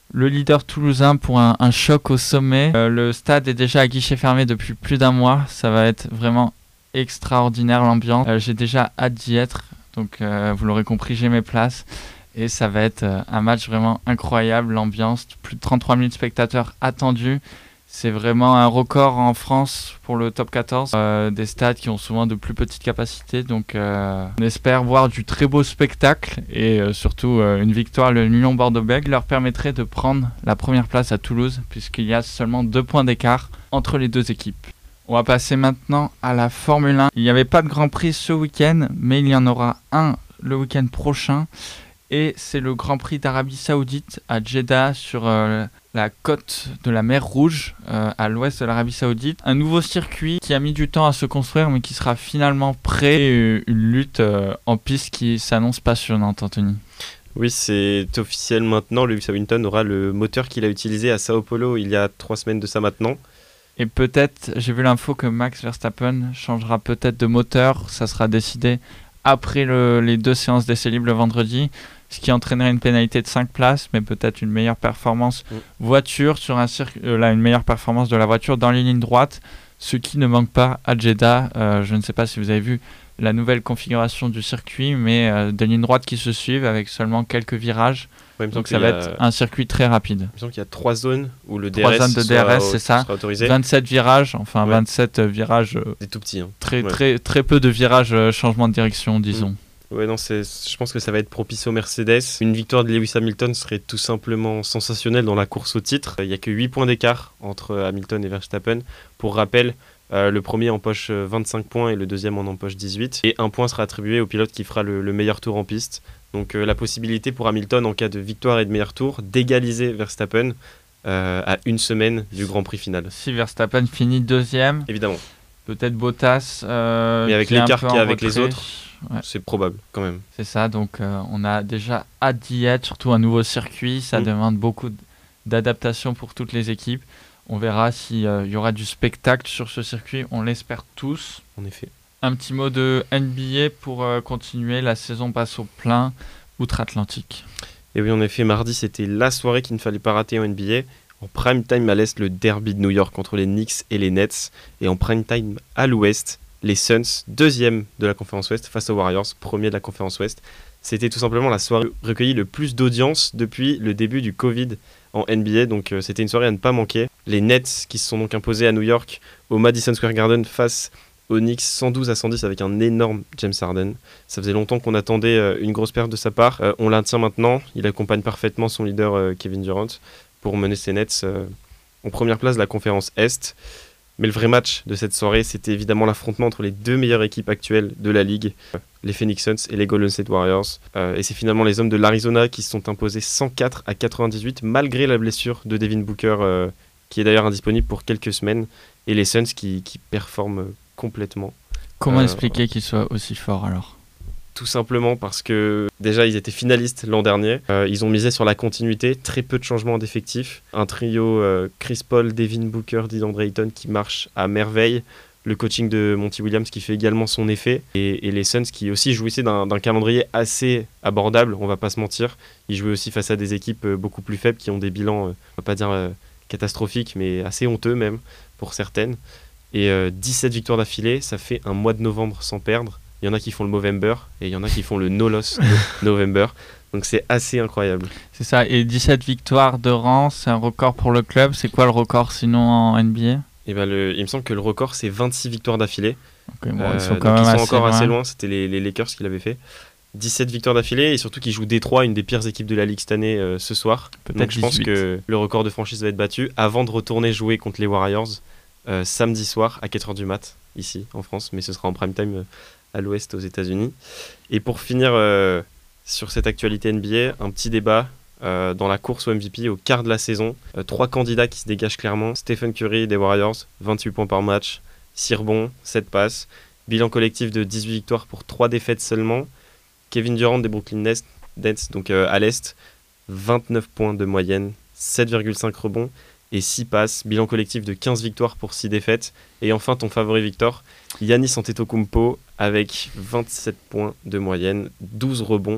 S1: le leader toulousain pour un, un choc au sommet. Euh, le stade est déjà à guichet fermé depuis plus d'un mois. Ça va être vraiment extraordinaire l'ambiance. Euh, j'ai déjà hâte d'y être. Donc euh, vous l'aurez compris, j'ai mes places. Et ça va être euh, un match vraiment incroyable. L'ambiance, plus de trente-trois mille spectateurs attendus. C'est vraiment un record en France pour le top quatorze. Euh, des stades qui ont souvent de plus petites capacités. Donc euh, on espère voir du très beau spectacle. Et euh, surtout euh, une victoire, le Lyon Bordeaux-Bègles leur permettrait de prendre la première place à Toulouse. Puisqu'il y a seulement deux points d'écart entre les deux équipes. On va passer maintenant à la Formule un. Il n'y avait pas de Grand Prix ce week-end. Mais il y en aura un le week-end prochain. Et c'est le Grand Prix d'Arabie Saoudite à Jeddah sur euh, la côte de la mer Rouge, euh, à l'ouest de l'Arabie Saoudite. Un nouveau circuit qui a mis du temps à se construire mais qui sera finalement prêt. Et une lutte euh, en piste qui s'annonce passionnante, Anthony.
S3: Oui, c'est officiel maintenant. Lewis Hamilton aura le moteur qu'il a utilisé à Sao Paulo il y a trois semaines de ça maintenant.
S1: Et peut-être, j'ai vu l'info que Max Verstappen changera peut-être de moteur. Ça sera décidé après le, les deux séances d'essai libre le vendredi. Ce qui entraînerait une pénalité de cinq places, mais peut-être une meilleure performance mmh. voiture sur un circuit, euh, là, une meilleure performance de la voiture dans les lignes droites, ce qui ne manque pas à Jeddah. Euh, je ne sais pas si vous avez vu la nouvelle configuration du circuit, mais euh, des lignes droites qui se suivent avec seulement quelques virages. Ouais, donc ça va a... être un circuit très rapide.
S3: Il me semble qu'il y a trois zones où le D R S,
S1: trois zones de D R S,
S3: sera,
S1: c'est ça.
S3: sera autorisé.
S1: vingt-sept virages, enfin ouais. vingt-sept virages. Euh,
S3: c'est tout petit. Hein.
S1: Très,
S3: ouais.
S1: très, très peu de virages, euh, changement de direction, disons. Mmh.
S3: Ouais, non, c'est, je pense que ça va être propice au Mercedes. Une victoire de Lewis Hamilton serait tout simplement sensationnelle dans la course au titre. Il n'y a que huit points d'écart entre Hamilton et Verstappen. Pour rappel, euh, le premier empoche vingt-cinq points et le deuxième en empoche dix-huit. Et un point sera attribué au pilote qui fera le, le meilleur tour en piste. Donc euh, la possibilité pour Hamilton, en cas de victoire et de meilleur tour, d'égaliser Verstappen euh, à une semaine du Grand Prix final.
S1: Si Verstappen finit deuxième,
S3: évidemment.
S1: Peut-être Bottas. Euh,
S3: Mais avec l'écart qu'il y a avec les autres.
S1: Ouais.
S3: C'est probable quand même.
S1: C'est ça, donc euh, on a déjà hâte d'y être, surtout un nouveau circuit, ça mmh. demande beaucoup d'adaptation pour toutes les équipes. On verra s'il euh, y aura du spectacle sur ce circuit, on l'espère tous.
S3: En effet.
S1: Un petit mot de N B A pour euh, continuer, la saison passe au plein outre-Atlantique.
S3: Et oui, en effet, mardi c'était la soirée qu'il ne fallait pas rater en N B A. En prime time à l'est, le derby de New York contre les Knicks et les Nets. Et en prime time à l'ouest, les Suns, deuxième de la conférence Ouest, face aux Warriors, premier de la conférence Ouest. C'était tout simplement la soirée qui recueillit le plus d'audience depuis le début du Covid en N B A, donc euh, c'était une soirée à ne pas manquer. Les Nets qui se sont donc imposés à New York au Madison Square Garden face aux Knicks cent douze à cent dix avec un énorme James Harden. Ça faisait longtemps qu'on attendait euh, une grosse perte de sa part. Euh, on la tient maintenant, il accompagne parfaitement son leader euh, Kevin Durant pour mener ses Nets euh, en première place de la conférence Est. Mais le vrai match de cette soirée, c'était évidemment l'affrontement entre les deux meilleures équipes actuelles de la Ligue, les Phoenix Suns et les Golden State Warriors. Euh, et c'est finalement les hommes de l'Arizona qui se sont imposés cent quatre à quatre-vingt-dix-huit, malgré la blessure de Devin Booker, euh, qui est d'ailleurs indisponible pour quelques semaines, et les Suns qui, qui performent complètement.
S1: Comment
S3: euh,
S1: expliquer qu'ils soient aussi forts alors ?
S3: Tout simplement parce que déjà ils étaient finalistes l'an dernier, euh, ils ont misé sur la continuité, très peu de changements d'effectifs, un trio euh, Chris Paul, Devin Booker, DeAndre Ayton qui marche à merveille, le coaching de Monty Williams qui fait également son effet, et, et les Suns qui aussi jouissaient d'un, d'un calendrier assez abordable, on va pas se mentir, ils jouaient aussi face à des équipes euh, beaucoup plus faibles qui ont des bilans, euh, on va pas dire euh, catastrophiques, mais assez honteux même pour certaines, et euh, dix-sept victoires d'affilée, ça fait un mois de novembre sans perdre. Il y en a qui font le Movember et il y en a qui font le No-Loss no- November. Donc c'est assez incroyable.
S1: C'est ça, et dix-sept victoires de rang, c'est un record pour le club. C'est quoi le record sinon en N B A ?
S3: Et ben le, il me semble que le record c'est vingt-six victoires d'affilée.
S1: Okay, bon,
S3: euh,
S1: ils sont, quand même
S3: ils sont
S1: assez
S3: encore
S1: loin.
S3: assez loin, c'était les, les Lakers qui l'avaient fait. dix-sept victoires d'affilée et surtout qu'ils jouent Détroit, une des pires équipes de la Ligue cette année euh, ce soir.
S1: Peut-être
S3: Donc je pense
S1: dix-huit.
S3: que le record de franchise va être battu avant de retourner jouer contre les Warriors euh, samedi soir à quatre heures du mat ici en France, mais ce sera en prime time euh, à l'ouest aux États-Unis. Et pour finir euh, sur cette actualité N B A, un petit débat euh, dans la course au M V P au quart de la saison. Euh, trois candidats qui se dégagent clairement. Stephen Curry des Warriors, vingt-huit points par match, six rebonds, sept passes. Bilan collectif de dix-huit victoires pour trois défaites seulement. Kevin Durant des Brooklyn Nets, Nets donc euh, à l'Est, vingt-neuf points de moyenne, sept virgule cinq rebonds et six passes. Bilan collectif de quinze victoires pour six défaites. Et enfin ton favori Victor, Giannis Antetokounmpo avec vingt-sept points de moyenne, douze rebonds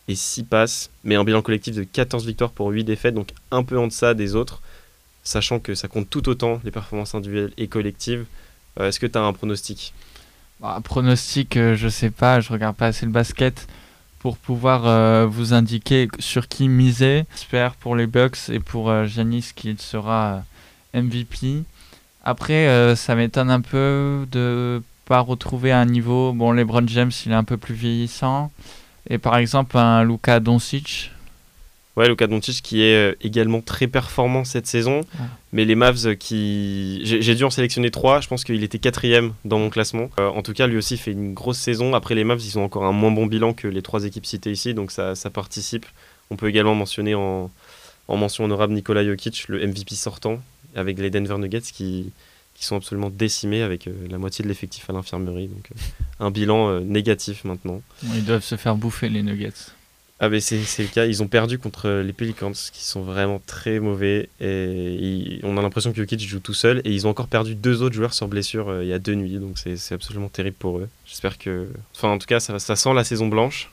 S3: et six passes, mais un bilan collectif de quatorze victoires pour huit défaites, donc un peu en deçà des autres, sachant que ça compte tout autant les performances individuelles et collectives. Euh, est-ce que tu as un pronostic ?
S1: Bah, pronostic, euh, je sais pas, je regarde pas assez le basket pour pouvoir euh, vous indiquer sur qui miser. J'espère pour les Bucks et pour euh, Giannis qu'il sera euh, M V P. Après, euh, ça m'étonne un peu de pas retrouver un niveau. Bon, LeBron James, il est un peu plus vieillissant. Et par exemple, un Luka Doncic.
S3: Ouais, Luka Doncic qui est euh, également très performant cette saison.
S1: Ah.
S3: Mais les Mavs qui... J'ai, j'ai dû en sélectionner trois. Je pense qu'il était quatrième dans mon classement. Euh, en tout cas, lui aussi fait une grosse saison. Après, les Mavs, ils ont encore un moins bon bilan que les trois équipes citées ici. Donc ça, ça participe. On peut également mentionner en, en mention honorable Nikola Jokic, le M V P sortant, avec les Denver Nuggets qui, qui sont absolument décimés avec euh, la moitié de l'effectif à l'infirmerie. Donc euh, un bilan euh, négatif maintenant.
S1: Ils doivent se faire bouffer, les Nuggets.
S3: Ah ben c'est, c'est le cas, ils ont perdu contre les Pelicans qui sont vraiment très mauvais et ils, on a l'impression que Jokic joue tout seul et ils ont encore perdu deux autres joueurs sur blessure euh, il y a deux nuits, donc c'est, c'est absolument terrible pour eux. J'espère que... Enfin en tout cas ça, ça sent la saison blanche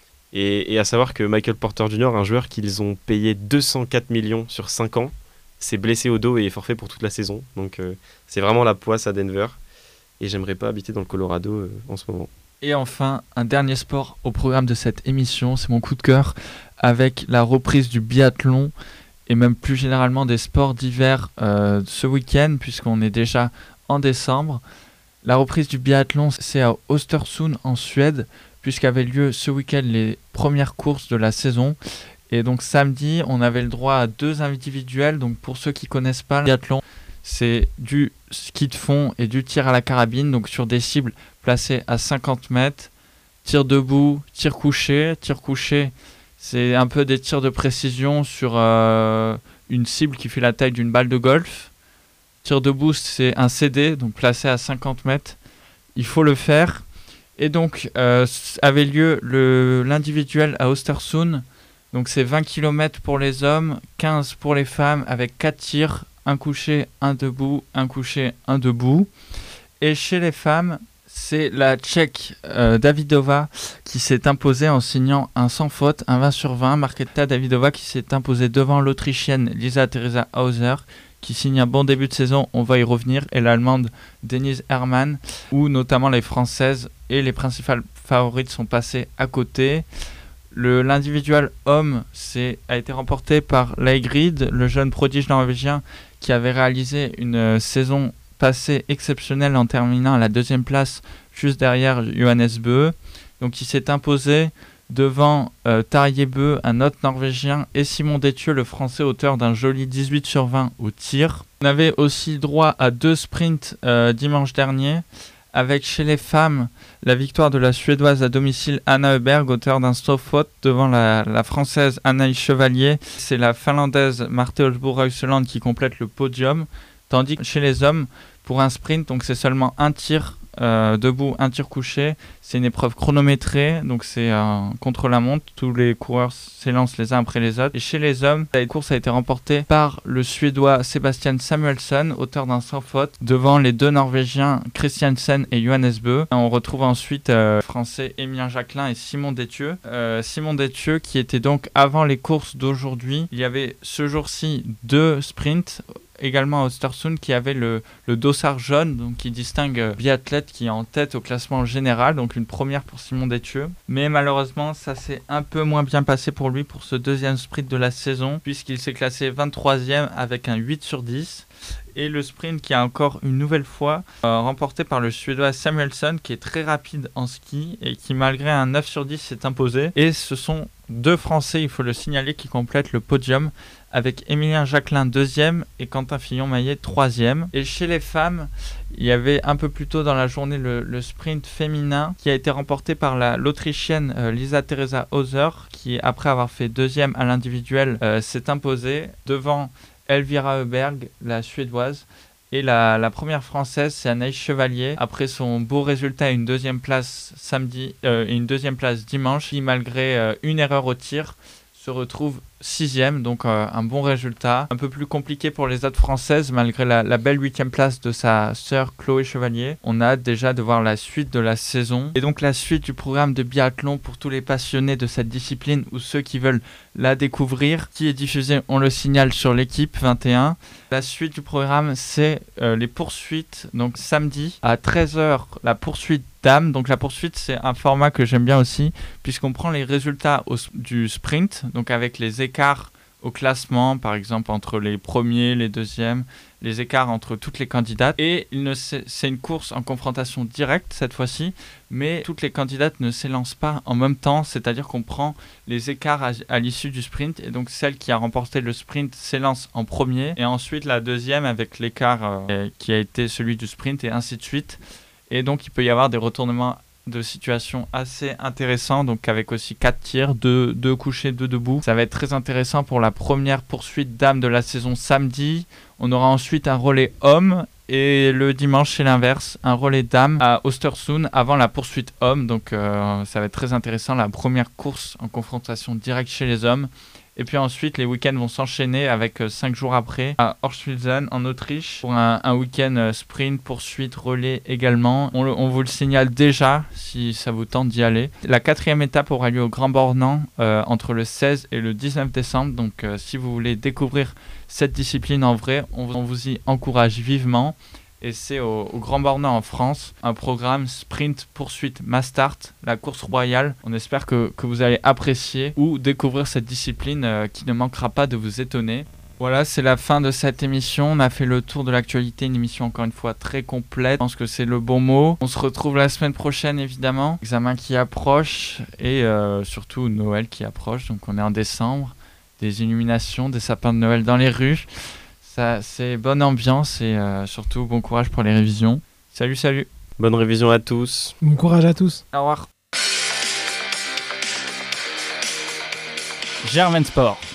S3: et, et à savoir que Michael Porter Junior, un joueur qu'ils ont payé deux cent quatre millions sur cinq ans, s'est blessé au dos et est forfait pour toute la saison, donc euh, c'est vraiment la poisse à Denver et j'aimerais pas habiter dans le Colorado euh, en ce moment.
S1: Et enfin, un dernier sport au programme de cette émission, c'est mon coup de cœur, avec la reprise du biathlon et même plus généralement des sports d'hiver euh, ce week-end, puisqu'on est déjà en décembre. La reprise du biathlon, c'est à Östersund en Suède, puisqu'avaient lieu ce week-end les premières courses de la saison. Et donc samedi, on avait le droit à deux individuels. Donc pour ceux qui ne connaissent pas le biathlon, c'est du ski de fond et du tir à la carabine, donc sur des cibles placées à cinquante mètres, tir debout, tir couché. Tir couché, c'est un peu des tirs de précision sur euh, une cible qui fait la taille d'une balle de golf. Tir debout, c'est un C D, donc placé à cinquante mètres. Il faut le faire. Et donc, euh, avait lieu le, l'individuel à Östersund. Donc c'est vingt kilomètres pour les hommes, quinze pour les femmes, avec quatre tirs. Un couché, un debout, un couché, un debout. Et chez les femmes, c'est la Tchèque euh, Davidova qui s'est imposée en signant un sans faute, un vingt sur vingt. Markéta Davidova qui s'est imposée devant l'Autrichienne Lisa Theresa Hauser, qui signe un bon début de saison, on va y revenir, et l'Allemande Denise Herrmann, où notamment les Françaises et les principales favorites sont passées à côté. Le, l'individuel homme c'est, a été remporté par Leigrid, le jeune prodige norvégien qui avait réalisé une euh, saison passée exceptionnelle en terminant à la deuxième place juste derrière Johannes Bö. Donc il s'est imposé devant euh, Tarjei Bø, un autre norvégien, et Simon Détieux, le français, auteur d'un joli dix-huit sur vingt au tir. On avait aussi droit à deux sprints euh, dimanche dernier, avec chez les femmes la victoire de la Suédoise à domicile Anna Öberg, auteur d'un sans faute, devant la, la Française Anaïs Chevalier. C'est la Finlandaise Marte Olsbo-Reuseland qui complète le podium, tandis que chez les hommes, pour un sprint, donc c'est seulement un tir euh, debout, un tir couché. C'est une épreuve chronométrée, donc c'est euh, contre la montre. Tous les coureurs s'élancent les uns après les autres. Et chez les hommes, la course a été remportée par le Suédois Sebastian Samuelsson, auteur d'un sans faute, devant les deux Norvégiens Christiansen et Johannes Bø. On retrouve ensuite euh, Français Émilien Jacquelin et Simon Détieux. Euh, Simon Détieux qui était donc avant les courses d'aujourd'hui. Il y avait ce jour-ci deux sprints, également à Östersund, qui avait le, le dossard jaune, donc qui distingue euh, biathlète qui est en tête au classement général, donc une première pour Simon Détieux. Mais malheureusement, ça s'est un peu moins bien passé pour lui pour ce deuxième sprint de la saison, puisqu'il s'est classé vingt-troisième avec un huit sur dix. Et le sprint qui a encore une nouvelle fois euh, remporté par le Suédois Samuelsson, qui est très rapide en ski et qui malgré un neuf sur dix s'est imposé. Et ce sont deux Français, il faut le signaler, qui complètent le podium, avec Émilien Jacquelin deuxième et Quentin Fillon-Maillet troisième. Et chez les femmes, il y avait un peu plus tôt dans la journée le, le sprint féminin qui a été remporté par la, l'Autrichienne euh, Lisa Theresa Hauser, qui après avoir fait deuxième à l'individuel euh, s'est imposée devant Elvira Öberg, la Suédoise. Et la, la première Française, c'est Anaïs Chevalier, après son beau résultat et une deuxième place samedi euh, et une deuxième place dimanche, qui malgré euh, une erreur au tir, se retrouve sixième, donc euh, un bon résultat. Un peu plus compliqué pour les autres françaises, malgré la, la belle huitième place de sa sœur Chloé Chevalier. On a hâte déjà de voir la suite de la saison. Et donc la suite du programme de biathlon pour tous les passionnés de cette discipline ou ceux qui veulent la découvrir, qui est diffusée, on le signale, sur l'équipe vingt et un. La suite du programme, c'est euh, les poursuites. Donc samedi à treize heures, la poursuite dames. Donc la poursuite, c'est un format que j'aime bien aussi, puisqu'on prend les résultats au, du sprint, donc avec les écarts au classement, par exemple entre les premiers, les deuxièmes, les écarts entre toutes les candidates. Et il ne c'est une course en confrontation directe cette fois-ci, mais toutes les candidates ne s'élancent pas en même temps, c'est-à-dire qu'on prend les écarts à, à l'issue du sprint, et donc celle qui a remporté le sprint s'élance en premier, et ensuite la deuxième avec l'écart euh, qui a été celui du sprint, et ainsi de suite. Et donc il peut y avoir des retournements de situation assez intéressants, donc avec aussi quatre tirs, deux, deux couchés, deux debout. Ça va être très intéressant pour la première poursuite dames de la saison samedi. On aura ensuite un relais homme, et le dimanche c'est l'inverse, un relais dames à Östersund avant la poursuite homme. Donc euh, ça va être très intéressant, la première course en confrontation directe chez les hommes. Et puis ensuite, les week-ends vont s'enchaîner avec euh, cinq jours après à Horsfilzen en Autriche pour un, un week-end euh, sprint, poursuite, relais également. On, le, on vous le signale déjà si ça vous tente d'y aller. La quatrième étape aura lieu au Grand Bornand euh, entre le seize et le dix-neuf décembre. Donc euh, si vous voulez découvrir cette discipline en vrai, on, on vous y encourage vivement. Et c'est au, au Grand Bornand en France, un programme sprint, poursuite, mass start, la course royale. On espère que, que vous allez apprécier ou découvrir cette discipline euh, qui ne manquera pas de vous étonner. Voilà, c'est la fin de cette émission. On a fait le tour de l'actualité, une émission encore une fois très complète. Je pense que c'est le bon mot. On se retrouve la semaine prochaine évidemment. Examen qui approche et euh, surtout Noël qui approche. Donc on est en décembre, des illuminations, des sapins de Noël dans les rues. Ça, c'est bonne ambiance et euh, surtout bon courage pour les révisions. Salut, salut.
S3: Bonne révision à tous.
S2: Bon courage à tous.
S1: Au revoir.
S4: Germain Sport,